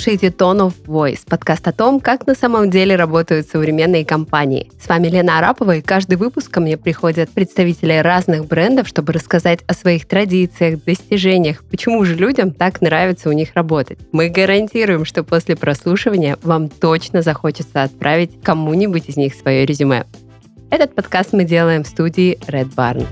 слушаете Tone of Voice, подкаст о том, как на самом деле работают современные компании. С вами Лена Арапова, и каждый выпуск ко мне приходят представители разных брендов, чтобы рассказать о своих традициях, достижениях, почему же людям так нравится у них работать. Мы гарантируем, что после прослушивания вам точно захочется отправить кому-нибудь из них свое резюме. Этот подкаст мы делаем в студии Red Barn.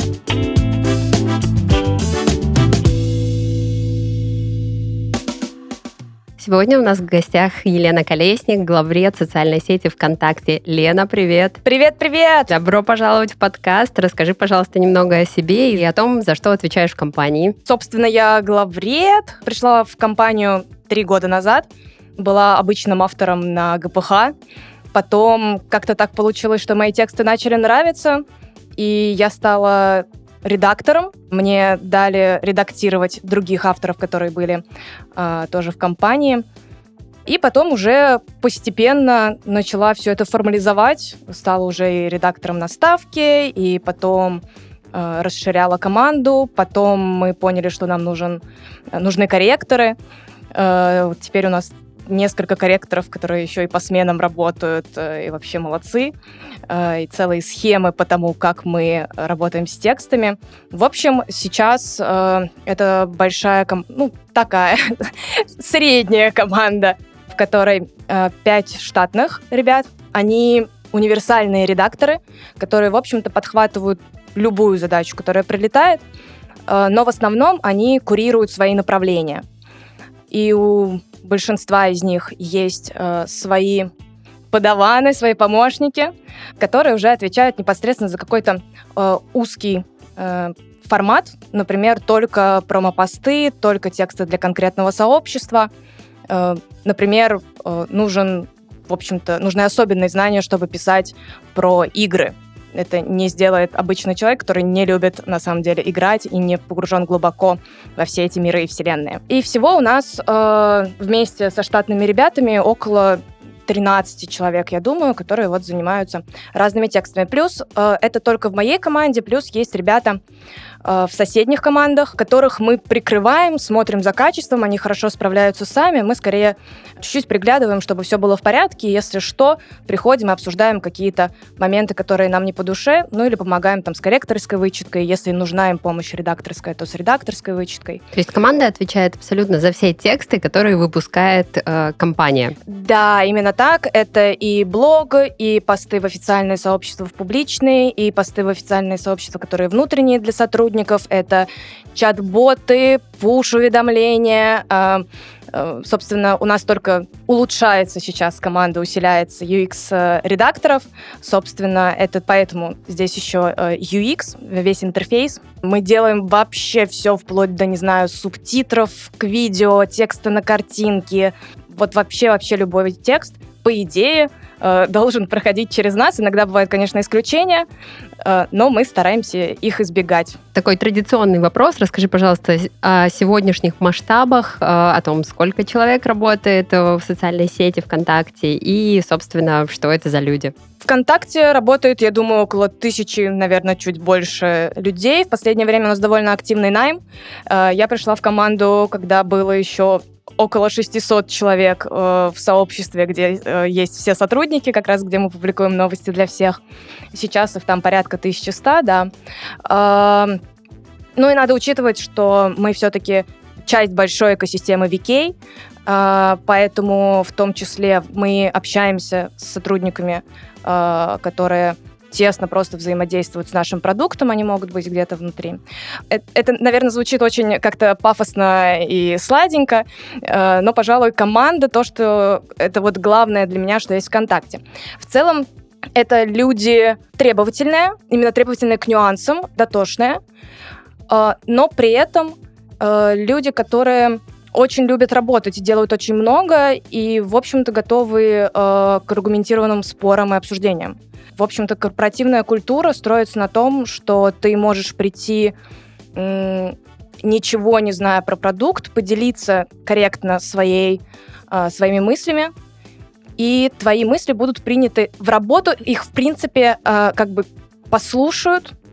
Сегодня у нас в гостях Елена Колесник, главред социальной сети ВКонтакте. Лена, привет! Привет-привет! Добро пожаловать в подкаст. Расскажи, пожалуйста, немного о себе и о том, за что отвечаешь в компании. Собственно, я главред. Пришла в компанию 3 года назад. Была обычным автором на ГПХ. Потом как-то так получилось, что мои тексты начали нравиться, и я стала редактором. Мне дали редактировать других авторов, которые были тоже в компании. И потом уже постепенно начала все это формализовать. Стала уже и редактором на ставке, и потом расширяла команду. Потом мы поняли, что нам нужны корректоры. Теперь у нас несколько корректоров, которые еще и по сменам работают, и вообще молодцы. И целые схемы по тому, как мы работаем с текстами. В общем, сейчас это большая, такая средняя команда, в которой 5 штатных ребят. Они универсальные редакторы, которые, в общем-то, подхватывают любую задачу, которая прилетает, но в основном они курируют свои направления. И у большинства из них есть свои подаваны, свои помощники, которые уже отвечают непосредственно за какой-то узкий формат, например, только промопосты, только тексты для конкретного сообщества. Например, нужны особенные знания, чтобы писать про игры. Это не сделает обычный человек, который не любит, на самом деле, играть и не погружен глубоко во все эти миры и вселенные. И всего у нас вместе со штатными ребятами около 13 человек, я думаю, которые занимаются разными текстами. Плюс это только в моей команде, плюс есть ребята в соседних командах, которых мы прикрываем, смотрим за качеством, они хорошо справляются сами, мы скорее чуть-чуть приглядываем, чтобы все было в порядке, если что, приходим и обсуждаем какие-то моменты, которые нам не по душе, или помогаем с корректорской вычеткой, если нужна им помощь редакторская, то с редакторской вычеткой. То есть команда отвечает абсолютно за все тексты, которые выпускает компания? Да, именно так. Это и блог, и посты в официальные сообщества, в публичные, и посты в официальные сообщества, которые внутренние для сотрудников. Это чат-боты, пуш-уведомления. Собственно, у нас только улучшается сейчас команда, усиляется UX-редакторов. Собственно, это поэтому здесь еще UX, весь интерфейс. Мы делаем вообще все, вплоть до, субтитров к видео, текста на картинке. Вообще любой текст, по идее, должен проходить через нас. Иногда бывают, конечно, исключения, но мы стараемся их избегать. Такой традиционный вопрос. Расскажи, пожалуйста, о сегодняшних масштабах, о том, сколько человек работает в социальной сети ВКонтакте и, собственно, что это за люди. ВКонтакте работает, я думаю, около 1000, наверное, чуть больше людей. В последнее время у нас довольно активный найм. Я пришла в команду, когда было еще около 600 человек в сообществе, где есть все сотрудники, как раз где мы публикуем новости для всех. Сейчас их там порядка 1100, да. И надо учитывать, что мы все-таки часть большой экосистемы VK, поэтому в том числе мы общаемся с сотрудниками, которые тесно просто взаимодействуют с нашим продуктом, они могут быть где-то внутри. Это, наверное, звучит очень как-то пафосно и сладенько, но, пожалуй, команда, то, что это главное для меня, что есть ВКонтакте. В целом, это люди требовательные, именно требовательные к нюансам, дотошные, но при этом люди, которые очень любят работать и делают очень много, и, в общем-то, готовы к аргументированным спорам и обсуждениям. В общем-то, корпоративная культура строится на том, что ты можешь прийти, ничего не зная про продукт, поделиться корректно своими мыслями, и твои мысли будут приняты в работу, их, в принципе, послушают и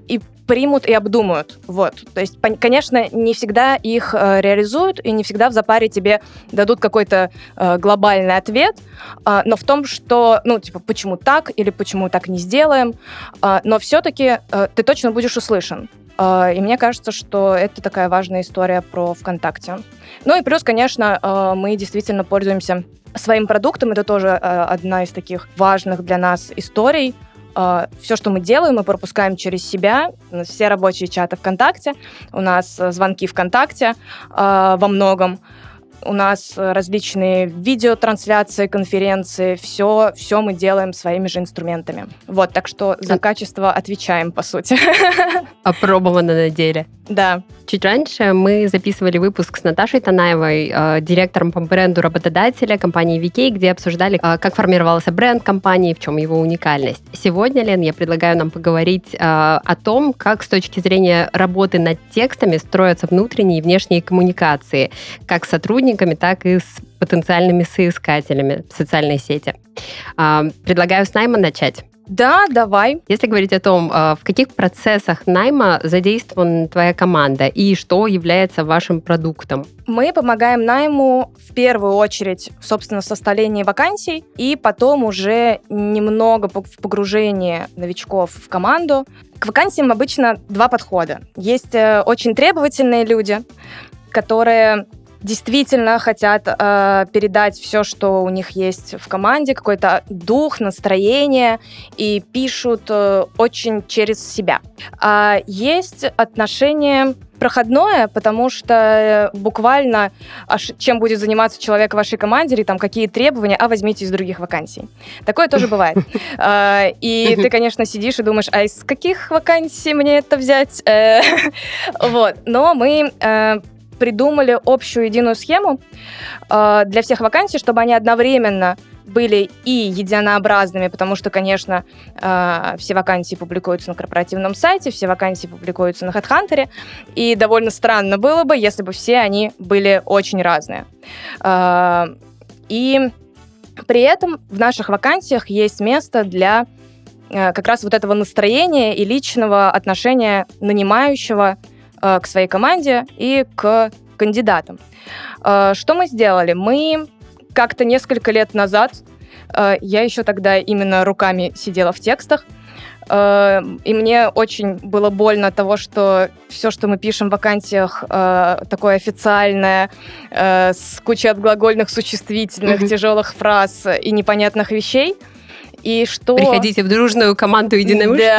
примут и обдумают. Вот. То есть, конечно, не всегда их реализуют, и не всегда в запаре тебе дадут какой-то глобальный ответ, но в том, что, почему так, или почему так не сделаем, но все-таки ты точно будешь услышан. И мне кажется, что это такая важная история про ВКонтакте. Ну и плюс, конечно, мы действительно пользуемся своим продуктом. Это тоже одна из таких важных для нас историй. Все, что мы делаем, мы пропускаем через себя. У нас все рабочие чаты ВКонтакте, у нас звонки ВКонтакте во многом. У нас различные видеотрансляции, конференции. Все мы делаем своими же инструментами. Вот, так что за качество отвечаем, по сути. Опробовано на деле. Да. Чуть раньше мы записывали выпуск с Наташей Танаевой, директором по бренду работодателя компании VK, где обсуждали, как формировался бренд компании, в чем его уникальность. Сегодня, Лен, я предлагаю нам поговорить о том, как с точки зрения работы над текстами строятся внутренние и внешние коммуникации, как с сотрудниками, так и с потенциальными соискателями в социальной сети. Предлагаю с найма начать. Да, давай. Если говорить о том, в каких процессах найма задействована твоя команда и что является вашим продуктом? Мы помогаем найму в первую очередь, собственно, в составлении вакансий, и потом уже немного в погружении новичков в команду. К вакансиям обычно два подхода. Есть очень требовательные люди, которые действительно хотят передать все, что у них есть в команде, какой-то дух, настроение, и пишут очень через себя. А есть отношение проходное, потому что буквально чем будет заниматься человек в вашей команде, или там какие требования, возьмите из других вакансий. Такое тоже бывает. И ты, конечно, сидишь и думаешь, а из каких вакансий мне это взять? Вот. Но мы придумали общую единую схему для всех вакансий, чтобы они одновременно были и единообразными, потому что, конечно, все вакансии публикуются на корпоративном сайте, все вакансии публикуются на HeadHunter, и довольно странно было бы, если бы все они были очень разные. И при этом в наших вакансиях есть место для как раз вот этого настроения и личного отношения нанимающего к своей команде и к кандидатам. Что мы сделали? Мы как-то несколько лет назад, я еще тогда именно руками сидела в текстах, и мне очень было больно от того, что все, что мы пишем в вакансиях, такое официальное, с кучей отглагольных существительных, тяжелых фраз и непонятных вещей. И что... Приходите в дружную команду единомышленников.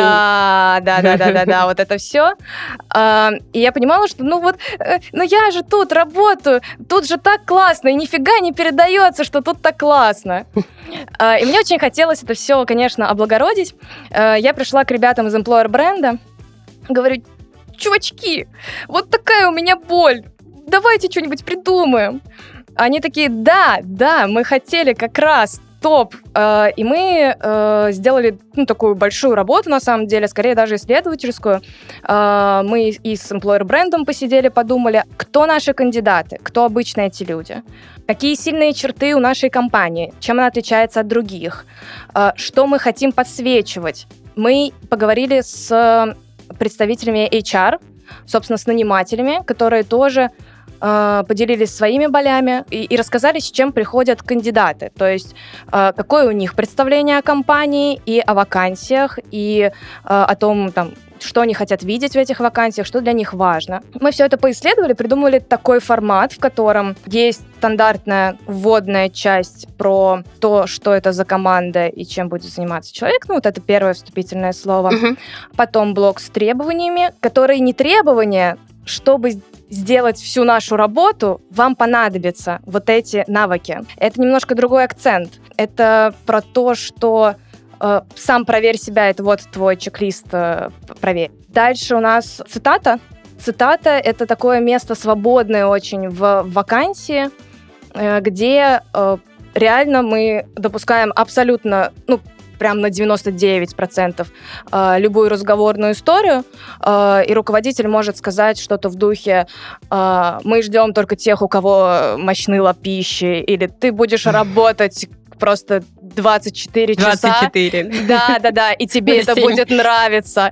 Да, вот это все. И я понимала, что, я же тут работаю, тут же так классно, и нифига не передается, что тут так классно. И мне очень хотелось это все, конечно, облагородить. Я пришла к ребятам из Employer бренда, говорю, чувачки, вот такая у меня боль, давайте что-нибудь придумаем. Они такие, да, мы хотели как раз топ. И мы сделали такую большую работу, на самом деле, скорее даже исследовательскую. Мы и с Employer брендом посидели, подумали, кто наши кандидаты, кто обычно эти люди, какие сильные черты у нашей компании, чем она отличается от других, что мы хотим подсвечивать. Мы поговорили с представителями HR, собственно, с нанимателями, которые тоже поделились своими болями и рассказали, с чем приходят кандидаты. То есть, какое у них представление о компании и о вакансиях, и о том, что они хотят видеть в этих вакансиях, что для них важно. Мы все это поисследовали, придумали такой формат, в котором есть стандартная вводная часть про то, что это за команда и чем будет заниматься человек. Вот это первое вступительное слово. Потом блок с требованиями, которые не требования, чтобы сделать всю нашу работу, вам понадобятся вот эти навыки. Это немножко другой акцент. Это про то, что сам проверь себя, это вот твой чек-лист проверь. Дальше у нас цитата. Цитата — это такое место свободное очень в вакансии, где реально мы допускаем абсолютно, прям на 99% любую разговорную историю, и руководитель может сказать что-то в духе «Мы ждем только тех, у кого мощны лапищи», или «Ты будешь работать просто 24 часа. 24. Да, и тебе это будет нравиться.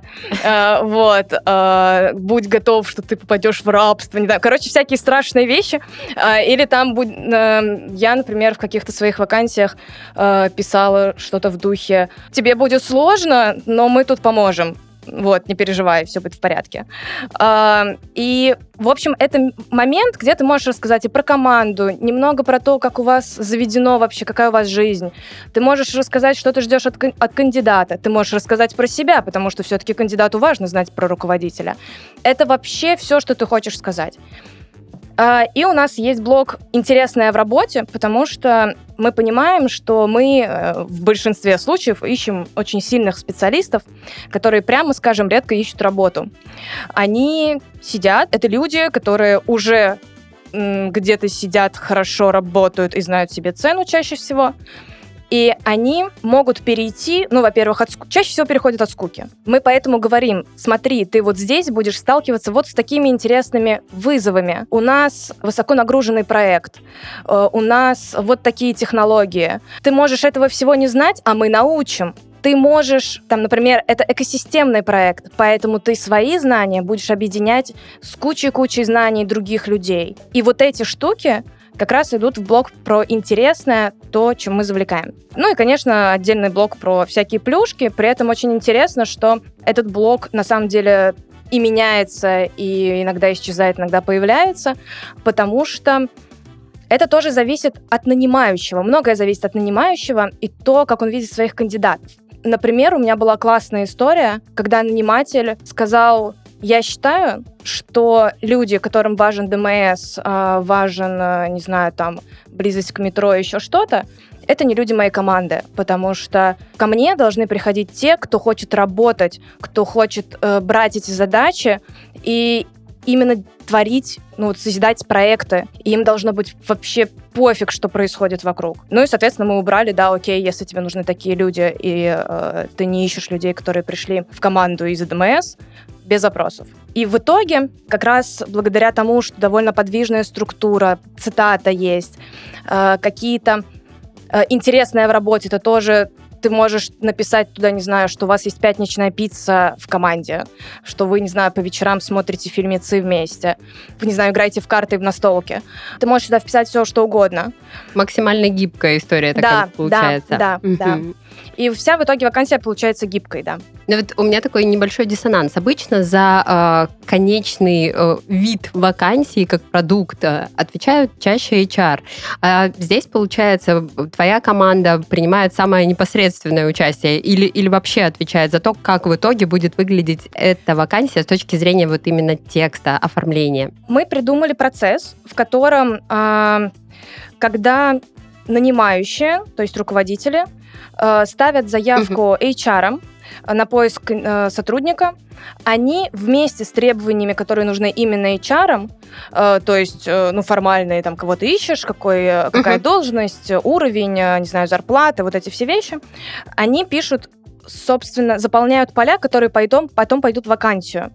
Будь готов, что ты попадешь в рабство. Не знаю. Короче, всякие страшные вещи. Или там я, например, в каких-то своих вакансиях писала что-то в духе: тебе будет сложно, но мы тут поможем. Вот, не переживай, все будет в порядке. И, в общем, это момент, где ты можешь рассказать и про команду, немного про то, как у вас заведено вообще, какая у вас жизнь. Ты можешь рассказать, что ты ждешь от кандидата. Ты можешь рассказать про себя, потому что все-таки кандидату важно знать про руководителя. Это вообще все, что ты хочешь сказать. И у нас есть блок «Интересное в работе», потому что мы понимаем, что мы в большинстве случаев ищем очень сильных специалистов, которые, прямо скажем, редко ищут работу. Они сидят, это люди, которые уже где-то сидят, хорошо работают и знают себе цену чаще всего. И они могут перейти, во-первых, чаще всего переходят от скуки. Мы поэтому говорим: смотри, ты вот здесь будешь сталкиваться вот с такими интересными вызовами. У нас высоко нагруженный проект, у нас вот такие технологии. Ты можешь этого всего не знать, а мы научим. Ты можешь, например, это экосистемный проект, поэтому ты свои знания будешь объединять с кучей знаний других людей. И вот эти штуки как раз идут в блок про интересное, то, чем мы завлекаем. И, конечно, отдельный блок про всякие плюшки. При этом очень интересно, что этот блок на самом деле и меняется, и иногда исчезает, иногда появляется, потому что это тоже зависит от нанимающего. Многое зависит от нанимающего и то, как он видит своих кандидатов. Например, у меня была классная история, когда наниматель сказал: я считаю, что люди, которым важен ДМС, важен, близость к метро, еще что-то, это не люди моей команды, потому что ко мне должны приходить те, кто хочет работать, кто хочет брать эти задачи и именно творить, созидать проекты. И им должно быть вообще пофиг, что происходит вокруг. И, соответственно, мы убрали: да, окей, если тебе нужны такие люди, и ты не ищешь людей, которые пришли в команду из ДМС, без запросов. И в итоге, как раз благодаря тому, что довольно подвижная структура, цитата есть, какие-то интересные в работе, это тоже ты можешь написать туда, что у вас есть пятничная пицца в команде, что вы, по вечерам смотрите фильмецы вместе, вы, играете в карты в настолке. Ты можешь сюда вписать все, что угодно. Максимально гибкая история такая получается. Да. И вся в итоге вакансия получается гибкой, да. У меня такой небольшой диссонанс. Обычно за конечный вид вакансии как продукта отвечают чаще HR. А здесь, получается, твоя команда принимает самое непосредственное участие или вообще отвечает за то, как в итоге будет выглядеть эта вакансия с точки зрения вот именно текста, оформления. Мы придумали процесс, в котором, когда нанимающие, то есть руководители, ставят заявку HR на поиск сотрудника, они вместе с требованиями, которые нужны именно HR, то есть, формальные, кого ты ищешь, какая должность, уровень, зарплата, вот эти все вещи, они пишут, собственно, заполняют поля, которые потом пойдут в вакансию.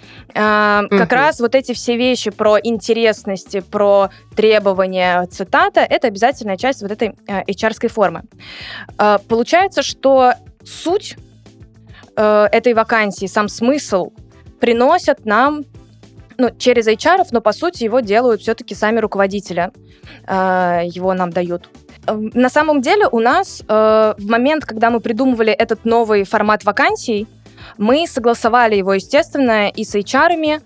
Как раз вот эти все вещи про интересности, про требования, цитата, это обязательная часть вот этой HR-ской формы. Получается, что суть этой вакансии, сам смысл приносят нам через HR, но по сути его делают все-таки сами руководители, его нам дают. На самом деле у нас в момент, когда мы придумывали этот новый формат вакансий, мы согласовали его, естественно, и с HR-ами,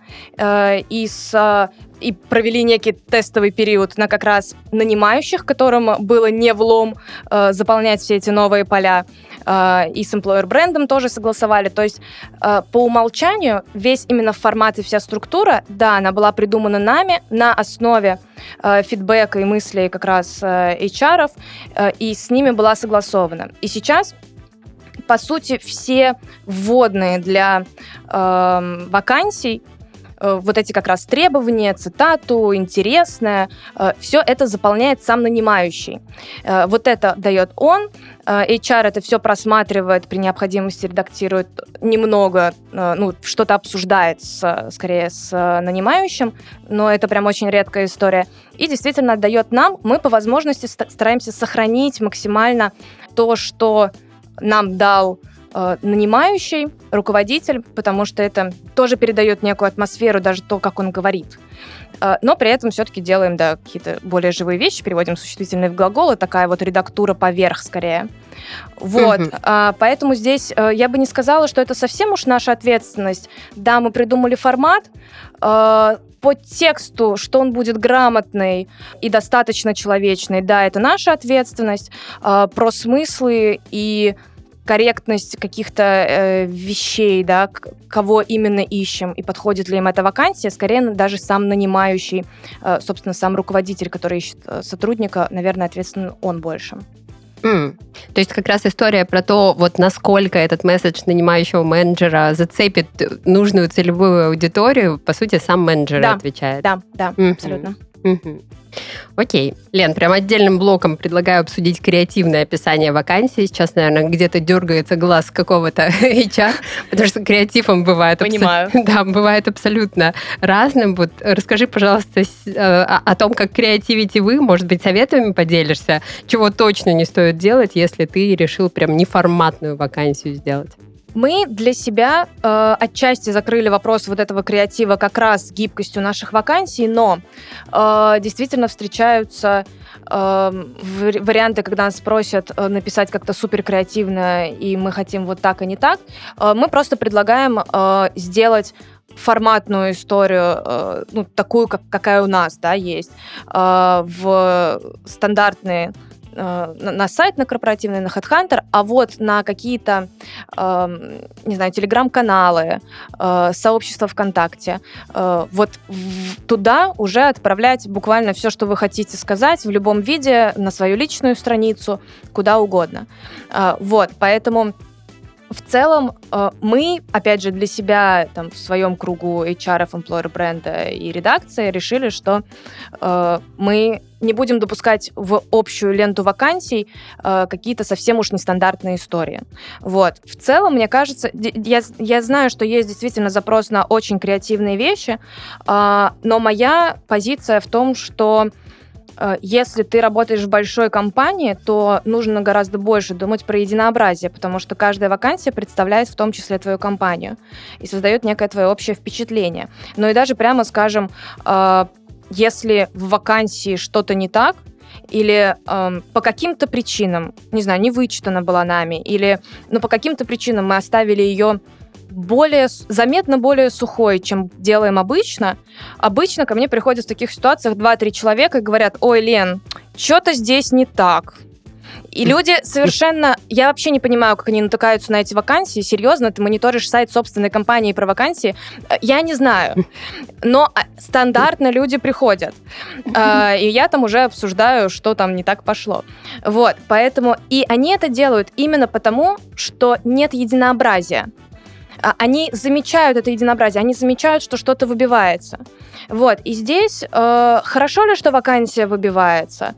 и провели некий тестовый период на как раз нанимающих, которым было не влом заполнять все эти новые поля, и с employer-брендом тоже согласовали. То есть по умолчанию весь именно формат и вся структура, да, она была придумана нами на основе фидбэка и мыслей как раз HR-ов, и с ними была согласована. И сейчас, по сути, все вводные для вакансий, вот эти как раз требования, цитату, интересное, все это заполняет сам нанимающий. Вот это дает он, HR это все просматривает, при необходимости редактирует немного, что-то обсуждает скорее с нанимающим, но это прям очень редкая история. И действительно отдает нам, мы по возможности стараемся сохранить максимально то, что нам дал нанимающий, руководитель, потому что это тоже передает некую атмосферу, даже то, как он говорит. Но при этом все-таки делаем, да, какие-то более живые вещи, переводим существительные в глаголы, такая вот редактура поверх скорее. Вот, поэтому здесь я бы не сказала, что это совсем уж наша ответственность. Да, мы придумали формат, по тексту, что он будет грамотный и достаточно человечный, да, это наша ответственность. Про смыслы и корректность каких-то вещей, да, кого именно ищем и подходит ли им эта вакансия, скорее даже сам нанимающий, собственно, сам руководитель, который ищет сотрудника, наверное, ответственен он больше. То есть как раз история про то, вот насколько этот месседж нанимающего менеджера зацепит нужную целевую аудиторию, по сути, сам менеджер отвечает. Да, абсолютно. Окей. Лен, прям отдельным блоком предлагаю обсудить креативное описание вакансии. Сейчас, наверное, где-то дергается глаз какого-то HR, потому что креатив он бывает... Понимаю. Да, бывает абсолютно разным. Вот расскажи, пожалуйста, о том, как креативите вы. Может быть, советами поделишься, чего точно не стоит делать, если ты решил прям неформатную вакансию сделать. Мы для себя отчасти закрыли вопрос вот этого креатива как раз с гибкостью наших вакансий, но действительно встречаются варианты, когда нас просят написать как-то супер креативно, и мы хотим вот так, а не так. Мы просто предлагаем сделать форматную историю, ну, такую, какая у нас, да, есть, в стандартные на сайт, на корпоративный, на HeadHunter, а вот на какие-то, не знаю, телеграм-каналы, сообщества ВКонтакте, вот туда уже отправлять буквально все, что вы хотите сказать, в любом виде, на свою личную страницу, куда угодно. Вот, поэтому в целом мы, опять же, для себя там, в своем кругу HR, employer бренда и редакции решили, что мы не будем допускать в общую ленту вакансий какие-то совсем уж нестандартные истории. Вот. В целом, мне кажется, я знаю, что есть действительно запрос на очень креативные вещи, но моя позиция в том, что если ты работаешь в большой компании, то нужно гораздо больше думать про единообразие, потому что каждая вакансия представляет в том числе твою компанию и создает некое твое общее впечатление. Ну и даже прямо скажем, если в вакансии что-то не так, или по каким-то причинам, не знаю, не вычитана была нами, или по каким-то причинам мы оставили ее заметно более сухой, чем делаем обычно. Обычно ко мне приходят в таких ситуациях 2-3 человека и говорят: «Ой, Лен, что-то здесь не так». И люди совершенно... Я вообще не понимаю, как они натыкаются на эти вакансии. Серьезно, ты мониторишь сайт собственной компании про вакансии? Я не знаю. Но стандартно люди приходят. И я там уже обсуждаю, что там не так пошло. Вот, поэтому... И они это делают именно потому, что нет единообразия. Они замечают это единообразие, они замечают, что что-то выбивается. Вот, и здесь хорошо ли, что вакансия выбивается?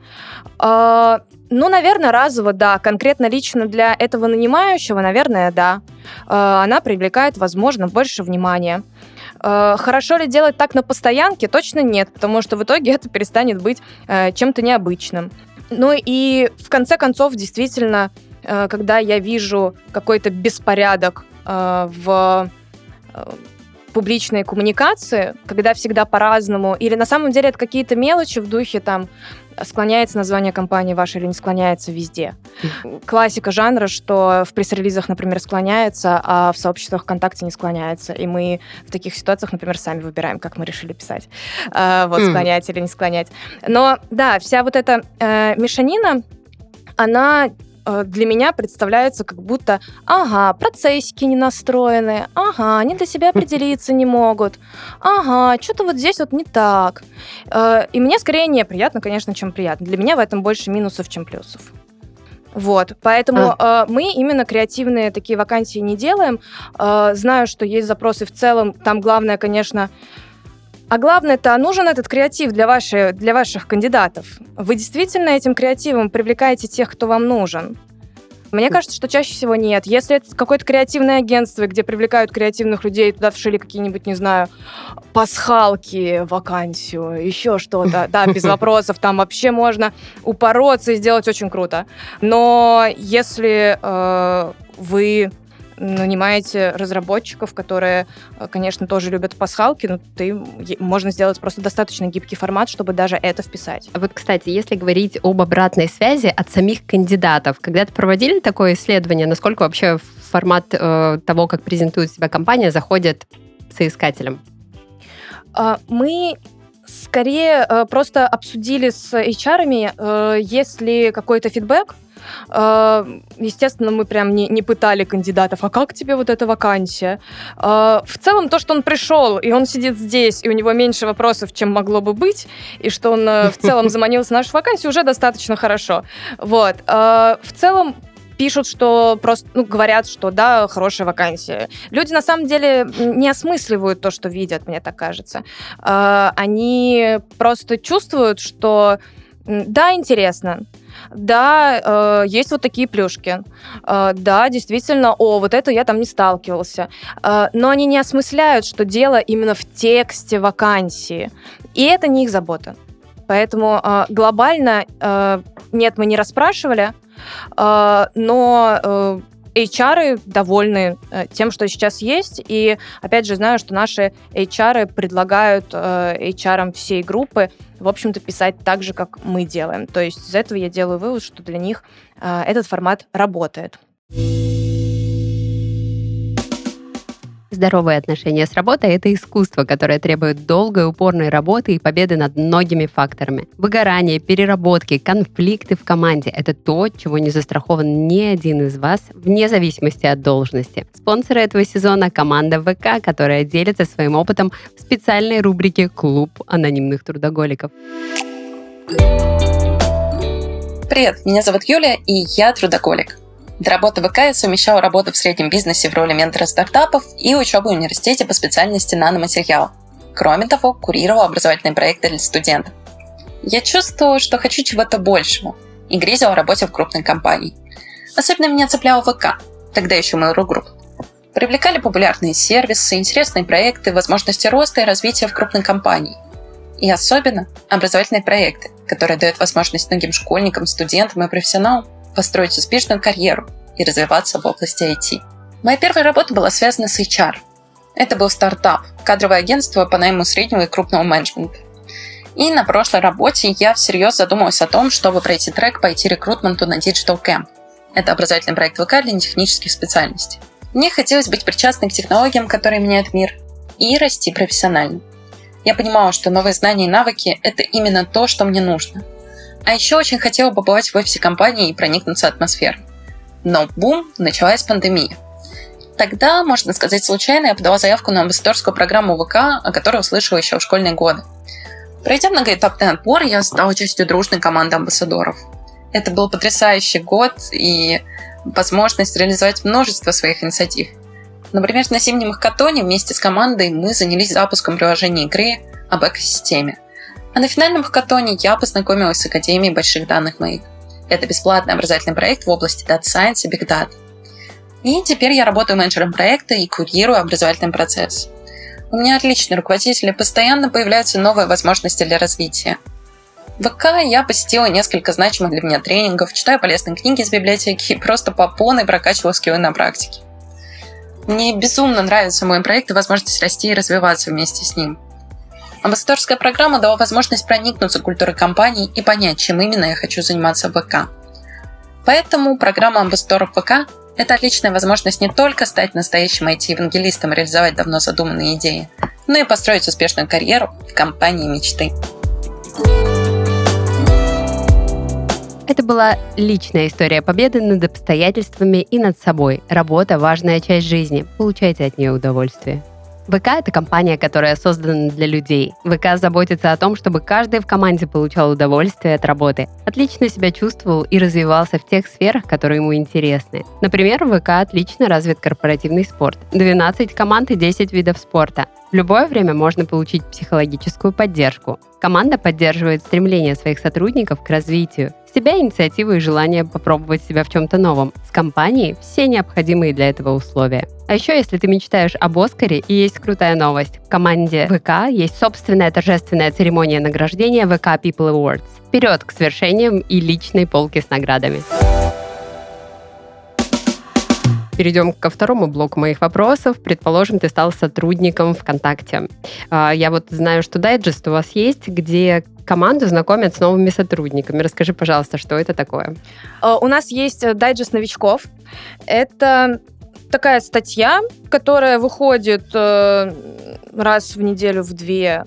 Наверное, разово, да. Конкретно лично для этого нанимающего, наверное, да. Она привлекает, возможно, больше внимания. Хорошо ли делать так на постоянке? Точно нет, потому что в итоге это перестанет быть чем-то необычным. Ну и в конце концов, действительно, когда я вижу какой-то беспорядок в публичной коммуникации, когда всегда по-разному, или на самом деле это какие-то мелочи в духе там склоняется название компании вашей или не склоняется везде. Классика жанра, что в пресс-релизах, например, склоняется, а в сообществах ВКонтакте не склоняется. И мы в таких ситуациях, например, сами выбираем, как мы решили писать. Склонять или не склонять. Но да, вся вот эта мешанина, она для меня представляется как будто, процессики не настроены, они для себя определиться не могут, что-то вот здесь вот не так. И мне скорее неприятно, конечно, чем приятно. Для меня в этом больше минусов, чем плюсов. Вот, поэтому мы именно креативные такие вакансии не делаем. Знаю, что есть запросы в целом, там главное, конечно... А главное-то, нужен этот креатив для ваших кандидатов. Вы действительно этим креативом привлекаете тех, кто вам нужен? Мне кажется, что чаще всего нет. Если это какое-то креативное агентство, где привлекают креативных людей, туда вшили какие-нибудь, не знаю, пасхалки, вакансию, еще что-то, да, без вопросов, там вообще можно упороться и сделать очень круто. Но если вы нанимаете разработчиков, которые, конечно, тоже любят пасхалки, но можно сделать просто достаточно гибкий формат, чтобы даже это вписать. Вот, кстати, если говорить об обратной связи от самих кандидатов, когда-то проводили такое исследование, насколько вообще формат того, как презентует себя компания, заходит соискателям? Мы скорее просто обсудили с HR-ами, есть ли какой-то фидбэк. Естественно, мы прям не пытали кандидатов, а как тебе вот эта вакансия? В целом, то, что он пришел, и он сидит здесь, и у него меньше вопросов, чем могло бы быть, и что он в целом заманился в нашу вакансию, уже достаточно хорошо. Вот. В целом, пишут, что просто, говорят, что да, хорошая вакансия. Люди на самом деле не осмысливают то, что видят, мне так кажется. Они просто чувствуют, что да, интересно. Да, есть вот такие плюшки. Да, действительно, вот это я там не сталкивался. Но они не осмысляют, что дело именно в тексте вакансии. И это не их забота. Поэтому глобально нет, мы не расспрашивали, но HR довольны тем, что сейчас есть. И, опять же, знаю, что наши HR предлагают HR всей группы, в общем-то, писать так же, как мы делаем. То есть из этого я делаю вывод, что для них этот формат работает. Здоровые отношения с работой – это искусство, которое требует долгой, упорной работы и победы над многими факторами. Выгорание, переработки, конфликты в команде – это то, чего не застрахован ни один из вас, вне зависимости от должности. Спонсоры этого сезона – команда ВК, которая делится своим опытом в специальной рубрике «Клуб анонимных трудоголиков». Привет, меня зовут Юлия, и я трудоголик. До работы в ВК я совмещала работу в среднем бизнесе в роли ментора стартапов и учебу в университете по специальности наноматериал. Кроме того, курировала образовательные проекты для студентов. Я чувствовала, что хочу чего-то большего, и грезила о работе в крупной компании. Особенно меня цепляла ВК, тогда еще Mail.ru Group. Привлекали популярные сервисы, интересные проекты, возможности роста и развития в крупной компании. И особенно образовательные проекты, которые дают возможность многим школьникам, студентам и профессионалам построить успешную карьеру и развиваться в области IT. Моя первая работа была связана с HR. Это был стартап, кадровое агентство по найму среднего и крупного менеджмента. И на прошлой работе я всерьез задумалась о том, чтобы пройти трек по IT-рекрутменту на Digital Camp. Это образовательный проект ВК для нетехнических специальностей. Мне хотелось быть причастной к технологиям, которые меняют мир, и расти профессионально. Я понимала, что новые знания и навыки – это именно то, что мне нужно. А еще очень хотела побывать в офисе компании и проникнуться атмосферой. Но бум, началась пандемия. Тогда, можно сказать, случайно я подала заявку на амбассадорскую программу ВК, о которой услышала еще в школьные годы. Пройдя многоэтапный отбор, я стала частью дружной команды амбассадоров. Это был потрясающий год и возможность реализовать множество своих инициатив. Например, на зимнем хакатоне вместе с командой мы занялись запуском приложения игры об экосистеме. А на финальном хакатоне я познакомилась с Академией больших данных МАИК. Это бесплатный образовательный проект в области Data Science и Big Data. И теперь я работаю менеджером проекта и курирую образовательный процесс. У меня отличные руководители, постоянно появляются новые возможности для развития. В ВК я посетила несколько значимых для меня тренингов, читаю полезные книги из библиотеки и просто по полной прокачивала скиллы на практике. Мне безумно нравится мой проект и возможность расти и развиваться вместе с ним. Амбассадорская программа дала возможность проникнуться культурой компании и понять, чем именно я хочу заниматься в ВК. Поэтому программа амбассадоров ВК – это отличная возможность не только стать настоящим IT-евангелистом и реализовать давно задуманные идеи, но и построить успешную карьеру в компании мечты. Это была личная история победы над обстоятельствами и над собой. Работа – важная часть жизни. Получайте от нее удовольствие. ВК – это компания, которая создана для людей. ВК заботится о том, чтобы каждый в команде получал удовольствие от работы, отлично себя чувствовал и развивался в тех сферах, которые ему интересны. Например, в ВК отлично развит корпоративный спорт. 12 команд и 10 видов спорта. В любое время можно получить психологическую поддержку. Команда поддерживает стремление своих сотрудников к развитию, С тебя инициатива и желание попробовать себя в чем-то новом. С компанией все необходимые для этого условия. А еще, если ты мечтаешь об Оскаре, и есть крутая новость. В команде ВК есть собственная торжественная церемония награждения ВК People Awards. Вперед к свершениям и личной полке с наградами. Перейдем ко второму блоку моих вопросов. Предположим, ты стал сотрудником ВКонтакте. Я вот знаю, что дайджест у вас есть, где команду знакомят с новыми сотрудниками. Расскажи, пожалуйста, что это такое? У нас есть дайджест новичков. Это такая статья, которая выходит раз в неделю, в две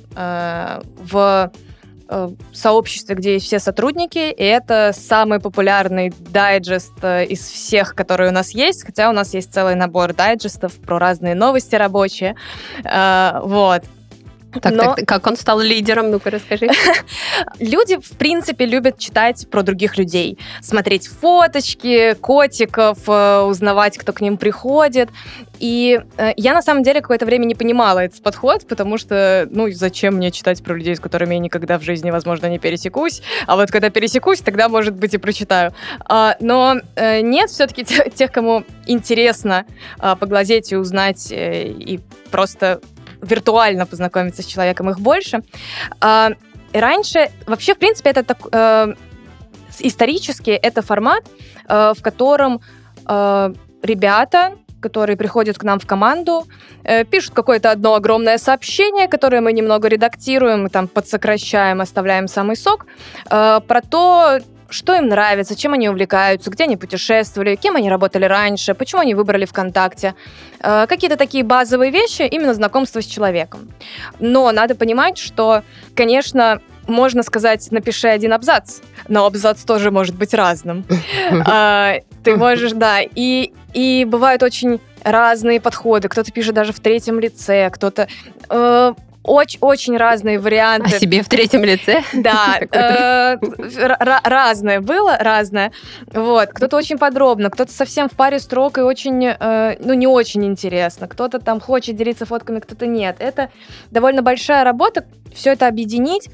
в сообществе, где есть все сотрудники, и это самый популярный дайджест из всех, которые у нас есть, хотя у нас есть целый набор дайджестов про разные новости рабочие. Вот. Так, как он стал лидером? Ну-ка, расскажи. Люди, в принципе, любят читать про других людей, смотреть фоточки, котиков, узнавать, кто к ним приходит. И я, на самом деле, какое-то время не понимала этот подход, потому что, зачем мне читать про людей, с которыми я никогда в жизни, возможно, не пересекусь, а вот когда пересекусь, тогда, может быть, и прочитаю. Но нет, все-таки тех, кому интересно поглазеть и узнать, и просто виртуально познакомиться с человеком, их больше. И раньше, вообще, в принципе, это исторически это формат, в котором ребята, которые приходят к нам в команду, пишут какое-то одно огромное сообщение, которое мы немного редактируем, там подсокращаем, оставляем самый сок, про то, что им нравится, чем они увлекаются, где они путешествовали, кем они работали раньше, почему они выбрали ВКонтакте. Какие-то такие базовые вещи, именно знакомство с человеком. Но надо понимать, что, конечно, можно сказать, напиши один абзац, но абзац тоже может быть разным. Ты можешь, да, и бывают очень разные подходы. Кто-то пишет даже в третьем лице, кто-то... Очень разные варианты. О себе в третьем лице? Да, разное было, разное. Вот. Кто-то очень подробно, кто-то совсем в паре строк и очень, не очень интересно. Кто-то там хочет делиться фотками, кто-то нет. Это довольно большая работа, все это объединить,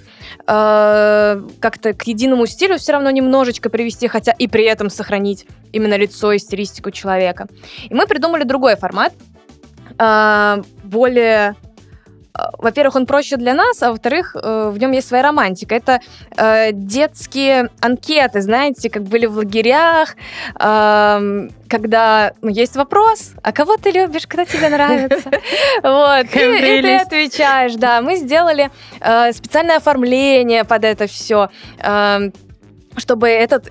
как-то к единому стилю все равно немножечко привести, хотя и при этом сохранить именно лицо и стилистику человека. И мы придумали другой формат, более... Во-первых, он проще для нас, а во-вторых, в нем есть своя романтика. Это детские анкеты, знаете, как были в лагерях, когда есть вопрос, а кого ты любишь, кто тебе нравится? Вот, и ты отвечаешь, да. Мы сделали специальное оформление под это все, чтобы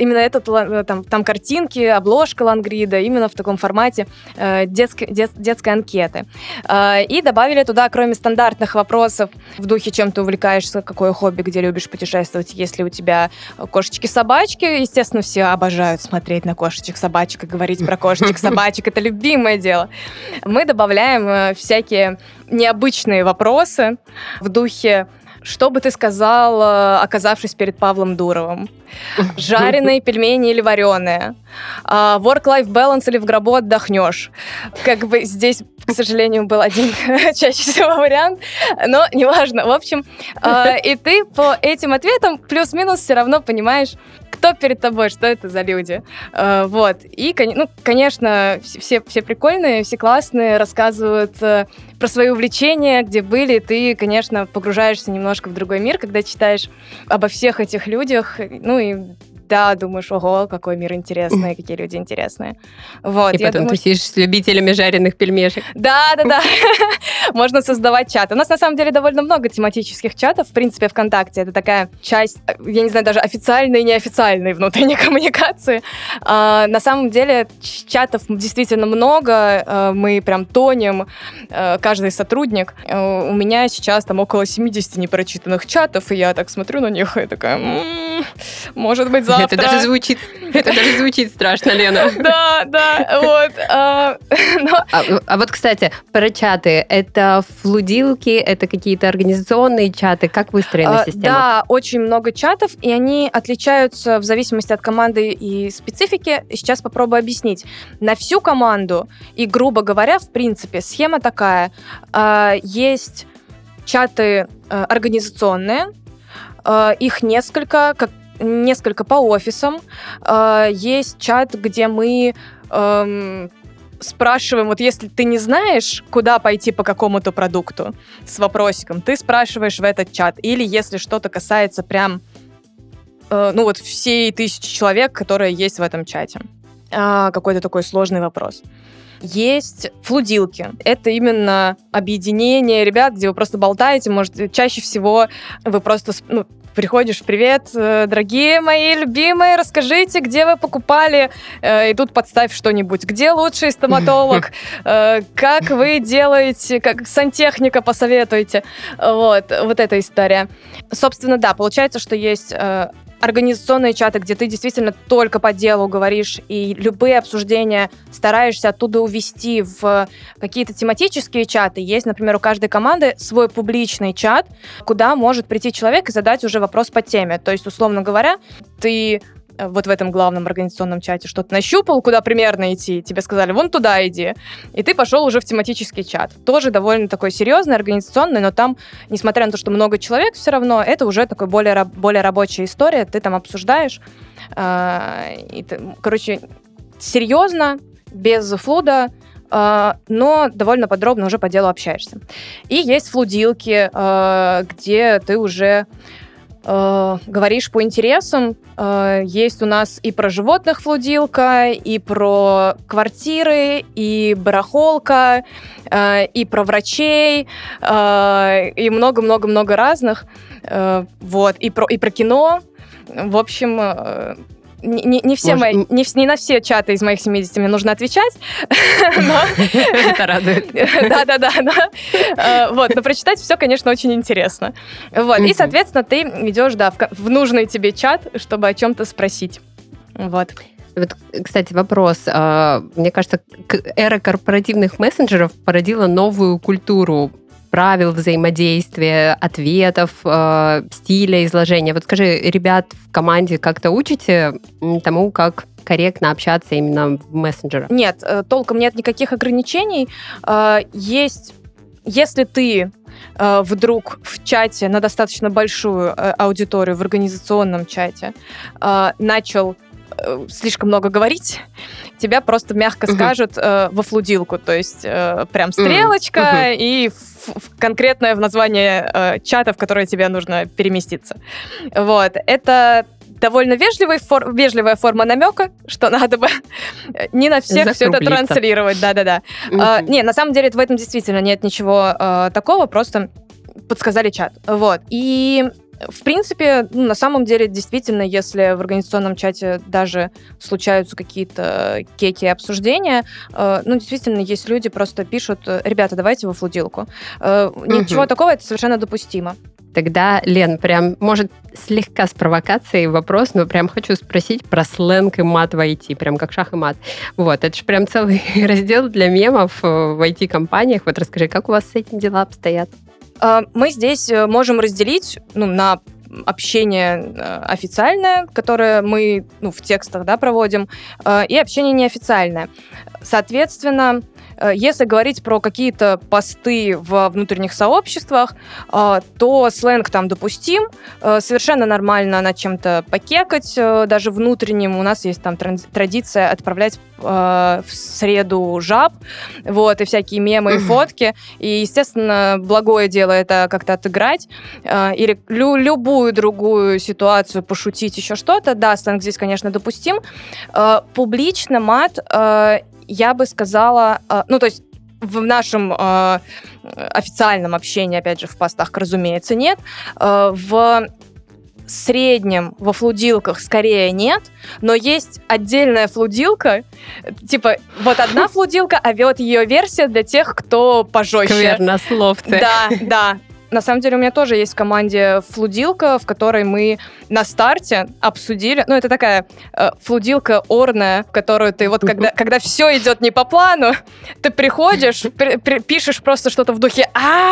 там картинки, обложка лонгрида именно в таком формате детской анкеты. И добавили туда, кроме стандартных вопросов в духе, чем ты увлекаешься, какое хобби, где любишь путешествовать, есть ли у тебя кошечки-собачки. Естественно, все обожают смотреть на кошечек-собачек и говорить про кошечек-собачек. Это любимое дело. Мы добавляем всякие необычные вопросы в духе: что бы ты сказал, оказавшись перед Павлом Дуровым? Жареные пельмени или вареные? Work-life balance или в гробу отдохнешь? Как бы здесь, к сожалению, был один чаще всего вариант, но неважно. В общем, и ты по этим ответам плюс-минус все равно понимаешь, кто перед тобой, что это за люди. Вот. И, конечно, все прикольные, все классные, рассказывают про свои увлечения, где были. Ты, конечно, погружаешься немножко в другой мир, когда читаешь обо всех этих людях. И да, думаешь, ого, какой мир интересный, какие люди интересные. Вот, и потом тусишь с любителями жареных пельмешек. Да. Можно создавать чат. У нас, на самом деле, довольно много тематических чатов. В принципе, ВКонтакте это такая часть, я не знаю, даже официальной и неофициальной внутренней коммуникации. На самом деле, чатов действительно много. Мы прям тонем, каждый сотрудник. У меня сейчас там около 70 непрочитанных чатов, и я так смотрю на них и такая, может быть, завтра. Это даже звучит страшно, Лена. Да, вот. А вот, кстати, про чаты. Это флудилки, это какие-то организационные чаты? Как выстроена система? Да, очень много чатов, и они отличаются в зависимости от команды и специфики. Сейчас попробую объяснить. На всю команду, и, грубо говоря, в принципе, схема такая. Есть чаты организационные, их несколько, несколько по офисам. Есть чат, где мы спрашиваем, вот если ты не знаешь, куда пойти по какому-то продукту с вопросиком, ты спрашиваешь в этот чат. Или если что-то касается прям, всей 1000 человек, которые есть в этом чате. Какой-то такой сложный вопрос. Есть флудилки. Это именно объединение ребят, где вы просто болтаете. Может, чаще всего вы просто приходишь: привет, дорогие мои любимые, расскажите, где вы покупали, и тут подставь что-нибудь. Где лучший стоматолог? Как вы делаете, как сантехника посоветуйте. Вот эта история. Собственно, да, получается, что есть организационные чаты, где ты действительно только по делу говоришь, и любые обсуждения стараешься оттуда увести в какие-то тематические чаты. Есть, например, у каждой команды свой публичный чат, куда может прийти человек и задать уже вопрос по теме. То есть, условно говоря, ты вот в этом главном организационном чате что-то нащупал, куда примерно идти, тебе сказали: вон туда иди, и ты пошел уже в тематический чат. Тоже довольно такой серьезный, организационный, но там, несмотря на то, что много человек, все равно это уже такой более рабочая история, ты там обсуждаешь. Серьезно, без флуда, но довольно подробно уже по делу общаешься. И есть флудилки, где ты уже говоришь по интересам. Есть у нас и про животных флудилка, и про квартиры, и барахолка, и про врачей, и много-много-много разных. И про кино. В общем, не на все чаты из моих 70 мне нужно отвечать. Это радует. Да. Но прочитать все, конечно, очень интересно. И, соответственно, ты идешь, в нужный тебе чат, чтобы о чем-то спросить. Вот, кстати, вопрос. Мне кажется, эра корпоративных мессенджеров породила новую культуру правил взаимодействия, ответов, стиля изложения. Вот скажи, ребят в команде как-то учите тому, как корректно общаться именно в мессенджерах? Нет, толком нет никаких ограничений. Если ты вдруг в чате на достаточно большую аудиторию, в организационном чате, начал слишком много говорить, тебя просто мягко скажут во флудилку, то есть прям стрелочка и конкретное в название чата, в которое тебе нужно переместиться. Вот. Это довольно вежливая форма намека, что надо бы не на всех все это транслировать. Да-да-да. Не, на самом деле в этом действительно нет ничего такого, просто подсказали чат. Вот. И в принципе, на самом деле, действительно, если в организационном чате даже случаются какие-то кеки и обсуждения, действительно, есть люди, просто пишут: ребята, давайте во флудилку. Ничего такого, это совершенно допустимо. Тогда, Лен, прям, может, слегка с провокацией вопрос, но прям хочу спросить про сленг и мат в IT, прям как шах и мат. Вот, это же прям целый раздел для мемов в IT-компаниях. Вот расскажи, как у вас с этим дела обстоят? Мы здесь можем разделить на общение официальное, которое мы в текстах проводим, и общение неофициальное. Соответственно, если говорить про какие-то посты во внутренних сообществах, то сленг там допустим. Совершенно нормально над чем-то покекать, даже внутренним. У нас есть там традиция отправлять в среду жаб, и всякие мемы и фотки. И, естественно, благое дело это как-то отыграть. Или любую другую ситуацию пошутить, еще что-то. Да, сленг здесь, конечно, допустим. Публично мат, я бы сказала, то есть в нашем официальном общении, опять же, в постах, разумеется, нет. В среднем во флудилках скорее нет, но есть отдельная флудилка, типа вот одна флудилка, а вот ее версия для тех, кто пожестче. Сквернословцы. Да. На самом деле у меня тоже есть в команде флудилка, в которой мы на старте обсудили, это такая флудилка орная, в которую ты когда все идет не по плану, ты приходишь, пишешь просто что-то в духе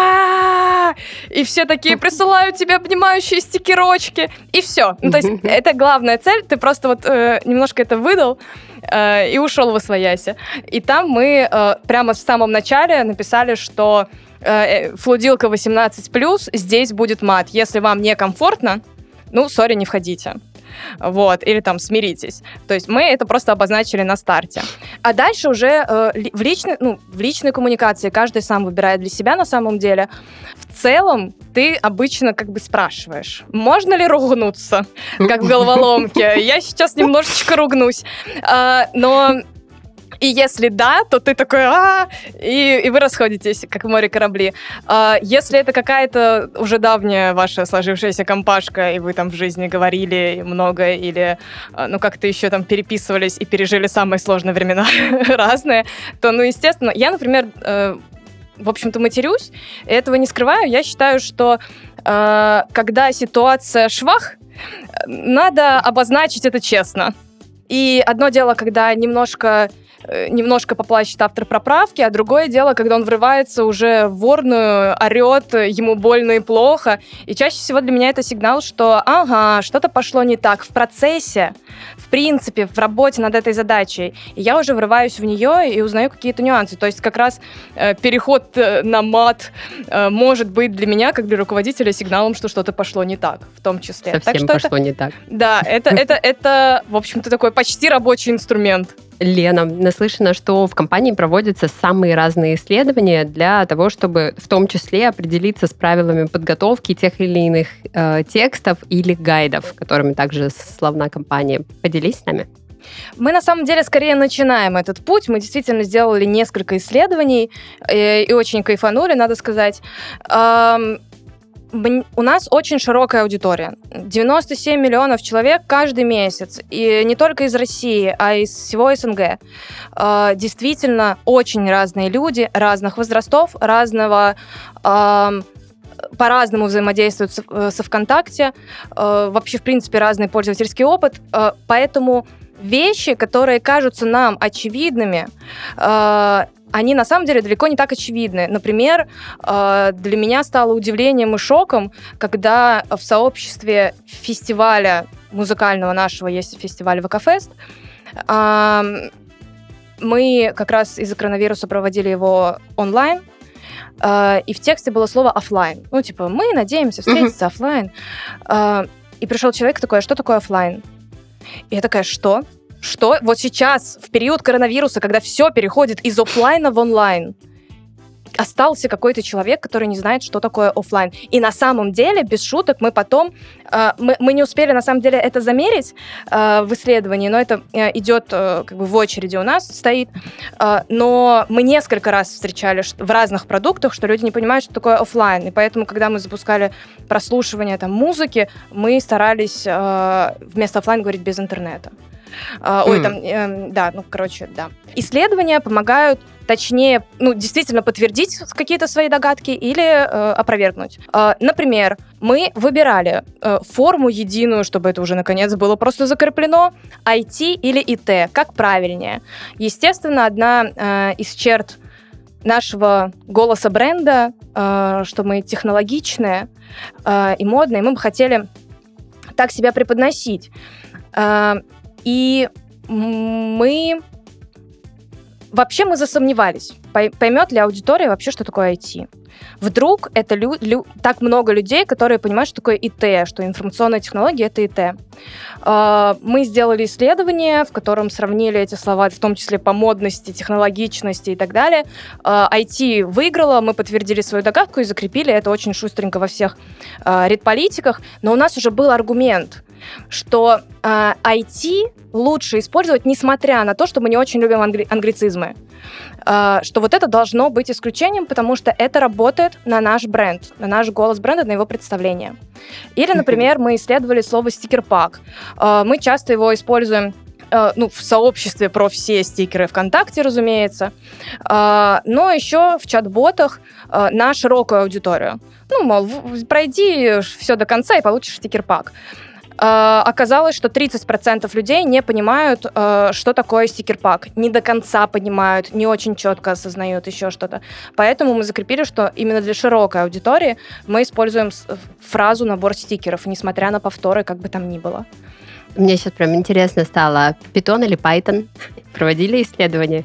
и все такие присылают тебе обнимающие стикерочки, и все. То есть это главная цель, ты просто немножко это выдал и ушел во-свояси. И там мы прямо в самом начале написали, что флудилка 18+, здесь будет мат. Если вам некомфортно, сори, не входите. вот, или там смиритесь. То есть мы это просто обозначили на старте. А дальше уже в личной коммуникации каждый сам выбирает для себя на самом деле. В целом ты обычно как бы спрашиваешь, можно ли ругнуться, как в головоломке. Я сейчас немножечко ругнусь. Но и если да, то ты такой и вы расходитесь, как в море корабли. Если это какая-то уже давняя ваша сложившаяся компашка, и вы там в жизни говорили много, или как-то еще там переписывались и пережили самые сложные времена разные, то, естественно, я, например, в общем-то, матерюсь, этого не скрываю. Я считаю, что когда ситуация швах, надо обозначить это честно. И одно дело, когда немножко поплачет автор поправки, а другое дело, когда он врывается уже в орную, орет, ему больно и плохо. И чаще всего для меня это сигнал, что что-то пошло не так в процессе, в принципе, в работе над этой задачей. И я уже врываюсь в нее и узнаю какие-то нюансы. То есть как раз переход на мат может быть для меня, как для руководителя, сигналом, что что-то пошло не так, в том числе. Совсем пошло не так. Да, это, в общем-то, такой почти рабочий инструмент. Лена, наслышана, что в компании проводятся самые разные исследования для того, чтобы в том числе определиться с правилами подготовки тех или иных текстов или гайдов, которыми также славна компания. Поделись с нами. Мы, на самом деле, скорее начинаем этот путь. Мы действительно сделали несколько исследований и очень кайфанули, надо сказать. У нас очень широкая аудитория. 97 миллионов человек каждый месяц. И не только из России, а из всего СНГ. Действительно, очень разные люди, разных возрастов, по-разному взаимодействуют со ВКонтакте. Вообще, в принципе, разный пользовательский опыт. Поэтому вещи, которые кажутся нам очевидными, они на самом деле далеко не так очевидны. Например, для меня стало удивлением и шоком, когда в сообществе фестиваля музыкального нашего, есть фестиваль ВК-фест, мы как раз из-за коронавируса проводили его онлайн, и в тексте было слово «офлайн». Мы надеемся встретиться офлайн. И пришел человек такой: а что такое офлайн? И я такая: что? Что? Вот сейчас, в период коронавируса, когда все переходит из офлайна в онлайн, остался какой-то человек, который не знает, что такое офлайн. И на самом деле, без шуток, мы потом... Мы не успели, на самом деле, это замерить в исследовании, но это идет в очереди у нас, стоит. Но мы несколько раз встречали в разных продуктах, что люди не понимают, что такое офлайн. И поэтому, когда мы запускали прослушивание музыки, мы старались вместо офлайн говорить без интернета. Да. Исследования помогают точнее, действительно подтвердить какие-то свои догадки или опровергнуть. Например, мы выбирали форму единую, чтобы это уже наконец было просто закреплено, IT или IT, как правильнее. Естественно, одна из черт нашего голоса бренда, что мы технологичные и модные, мы бы хотели так себя преподносить. И мы засомневались, поймет ли аудитория вообще, что такое IT. Вдруг это так много людей, которые понимают, что такое ИТ, что информационные технологии — это ИТ. Мы сделали исследование, в котором сравнили эти слова, в том числе по модности, технологичности и так далее. IT выиграла, мы подтвердили свою догадку и закрепили это очень шустренько во всех редполитиках. Но у нас уже был аргумент, что IT лучше использовать, несмотря на то, что мы не очень любим англицизмы. Что вот это должно быть исключением, потому что это работает на наш бренд, на наш голос бренда, на его представление. Или, например, мы исследовали слово «стикер-пак». Мы часто его используем в сообществе про все стикеры ВКонтакте, разумеется, но еще в чат-ботах на широкую аудиторию. Пройди все до конца и получишь стикер-пак. Оказалось, что 30% людей не понимают, что такое стикер-пак. Не до конца понимают, не очень четко осознают еще что-то. Поэтому мы закрепили, что именно для широкой аудитории мы используем фразу «набор стикеров», несмотря на повторы, как бы там ни было. Мне сейчас прям интересно стало, Python или Python? Проводили исследования?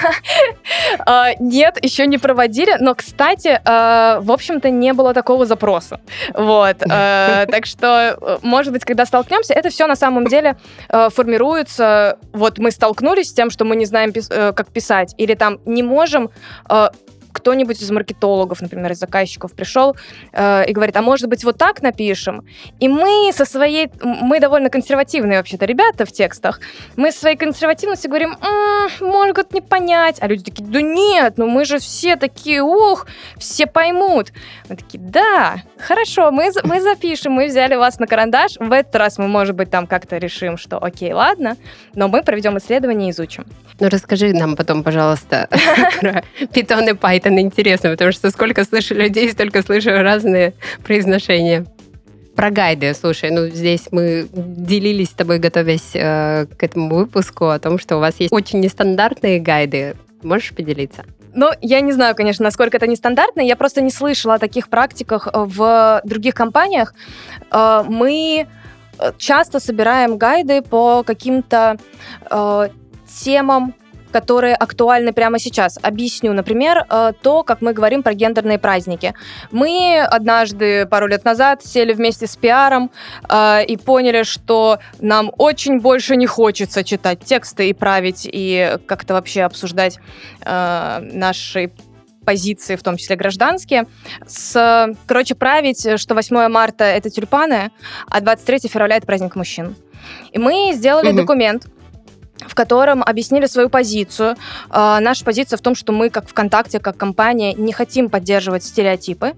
Нет, еще не проводили, но, кстати, в общем-то, не было такого запроса. Вот. Так что, может быть, когда столкнемся, это все на самом деле формируется. Вот мы столкнулись с тем, что мы не знаем, как писать, или там не можем... Кто-нибудь из маркетологов, например, из заказчиков пришел и говорит, а может быть вот так напишем? И мы довольно консервативные вообще-то ребята в текстах, мы со своей консервативностью говорим, может не понять, а люди такие, да нет, ну мы же все такие, все поймут. Мы такие, да, хорошо, мы запишем, мы взяли вас на карандаш, в этот раз мы, может быть, там как-то решим, что окей, ладно, но мы проведем исследование и изучим. Ну, расскажи нам потом, пожалуйста, про Python и Python. Интересно, потому что сколько слышу людей, столько слышу разные произношения. Про гайды, слушай, здесь мы делились с тобой, готовясь к этому выпуску, о том, что у вас есть очень нестандартные гайды. Можешь поделиться? Я не знаю, конечно, насколько это нестандартно, я просто не слышала о таких практиках в других компаниях. Мы часто собираем гайды по каким-то темам, которые актуальны прямо сейчас. Объясню, например, то, как мы говорим про гендерные праздники. Мы однажды, пару лет назад, сели вместе с пиаром и поняли, что нам очень больше не хочется читать тексты и править, и как-то вообще обсуждать наши позиции, в том числе гражданские. Править, что 8 марта — это тюльпаны, а 23 февраля — это праздник мужчин. И мы сделали документ, в котором объяснили свою позицию. Наша позиция в том, что мы, как ВКонтакте, как компания, не хотим поддерживать стереотипы.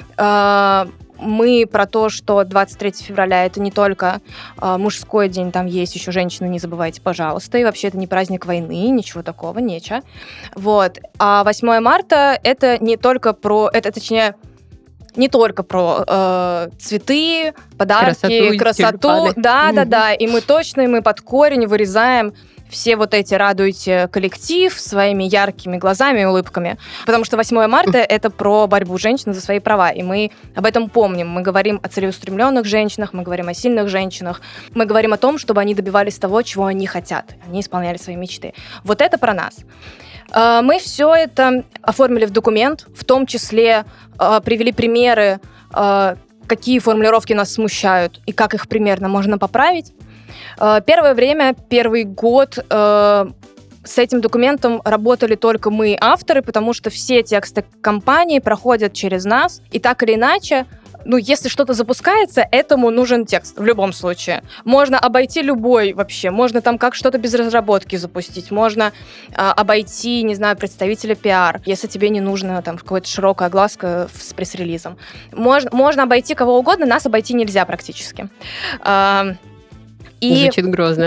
Мы про то, что 23 февраля — это не только мужской день, там есть еще женщины, не забывайте, пожалуйста. И вообще это не праздник войны, ничего такого, нечего. Вот. А 8 марта — это не только про... не только про цветы, подарки, красоту. Да. И мы под корень вырезаем все вот эти «радуйте коллектив» своими яркими глазами и улыбками. Потому что 8 марта — это про борьбу женщин за свои права. И мы об этом помним. Мы говорим о целеустремленных женщинах, мы говорим о сильных женщинах. Мы говорим о том, чтобы они добивались того, чего они хотят. Они исполняли свои мечты. Вот это про нас. Мы все это оформили в документ, в том числе привели примеры, какие формулировки нас смущают и как их примерно можно поправить. Первое время, первый год с этим документом работали только мы, авторы, потому что все тексты компании проходят через нас, и так или иначе, если что-то запускается, этому нужен текст в любом случае. Можно обойти любой вообще, можно там как что-то без разработки запустить, можно обойти, не знаю, представителя пиар, если тебе не нужно там какая-то широкая огласка с пресс-релизом. Можно обойти кого угодно, нас обойти нельзя практически. Звучит грозно.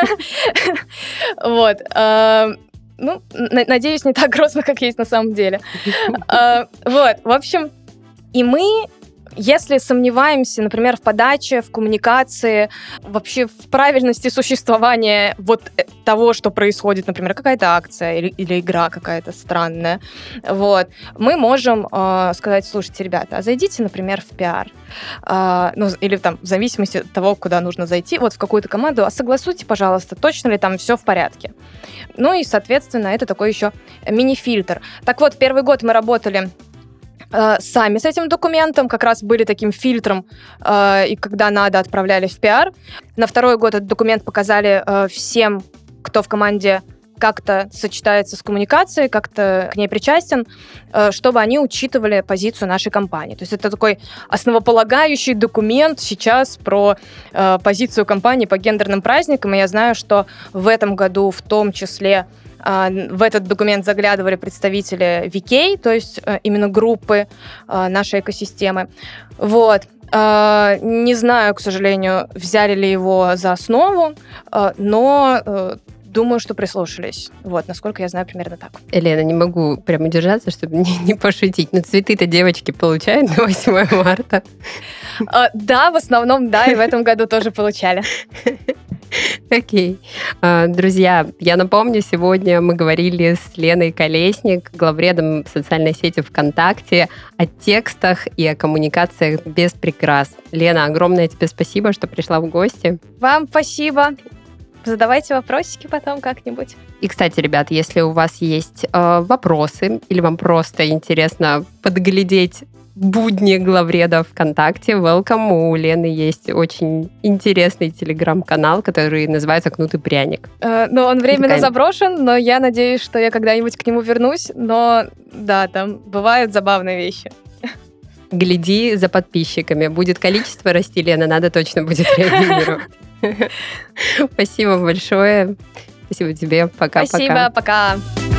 Вот. Надеюсь, не так грозно, как есть на самом деле. Вот, в общем, и мы... Если сомневаемся, например, в подаче, в коммуникации, вообще в правильности существования вот того, что происходит, например, какая-то акция или игра какая-то странная, вот, мы можем сказать, слушайте, ребята, а зайдите, например, в пиар, или там в зависимости от того, куда нужно зайти, вот в какую-то команду, а согласуйте, пожалуйста, точно ли там все в порядке. И, соответственно, это такой еще мини-фильтр. Так вот, первый год мы работали сами с этим документом, как раз были таким фильтром, и когда надо, отправляли в пиар. На второй год этот документ показали всем, кто в команде как-то сочетается с коммуникацией, как-то к ней причастен, чтобы они учитывали позицию нашей компании. То есть это такой основополагающий документ сейчас про позицию компании по гендерным праздникам, и я знаю, что в этом году в том числе в этот документ заглядывали представители VK, то есть именно группы нашей экосистемы. Вот. Не знаю, к сожалению, взяли ли его за основу, но думаю, что прислушались. Вот, насколько я знаю, примерно так. Елена, не могу прям удержаться, чтобы не пошутить. Но цветы-то девочки получают на 8 марта. Да, в основном, да, и в этом году тоже получали. Окей. Друзья, я напомню, сегодня мы говорили с Леной Колесник, главредом социальной сети ВКонтакте, о текстах и о коммуникациях без прикрас. Лена, огромное тебе спасибо, что пришла в гости. Вам спасибо. Задавайте вопросики потом как-нибудь. И, кстати, ребят, если у вас есть вопросы или вам просто интересно подглядеть будни главреда ВКонтакте, welcome. У Лены есть очень интересный телеграм-канал, который называется «Кнут и пряник». Ну, он временно заброшен, но я надеюсь, что я когда-нибудь к нему вернусь. Но да, там бывают забавные вещи. Гляди за подписчиками. Будет количество расти, Лена, надо точно будет реагировать. Спасибо большое. Спасибо тебе. Пока-пока. Спасибо, пока.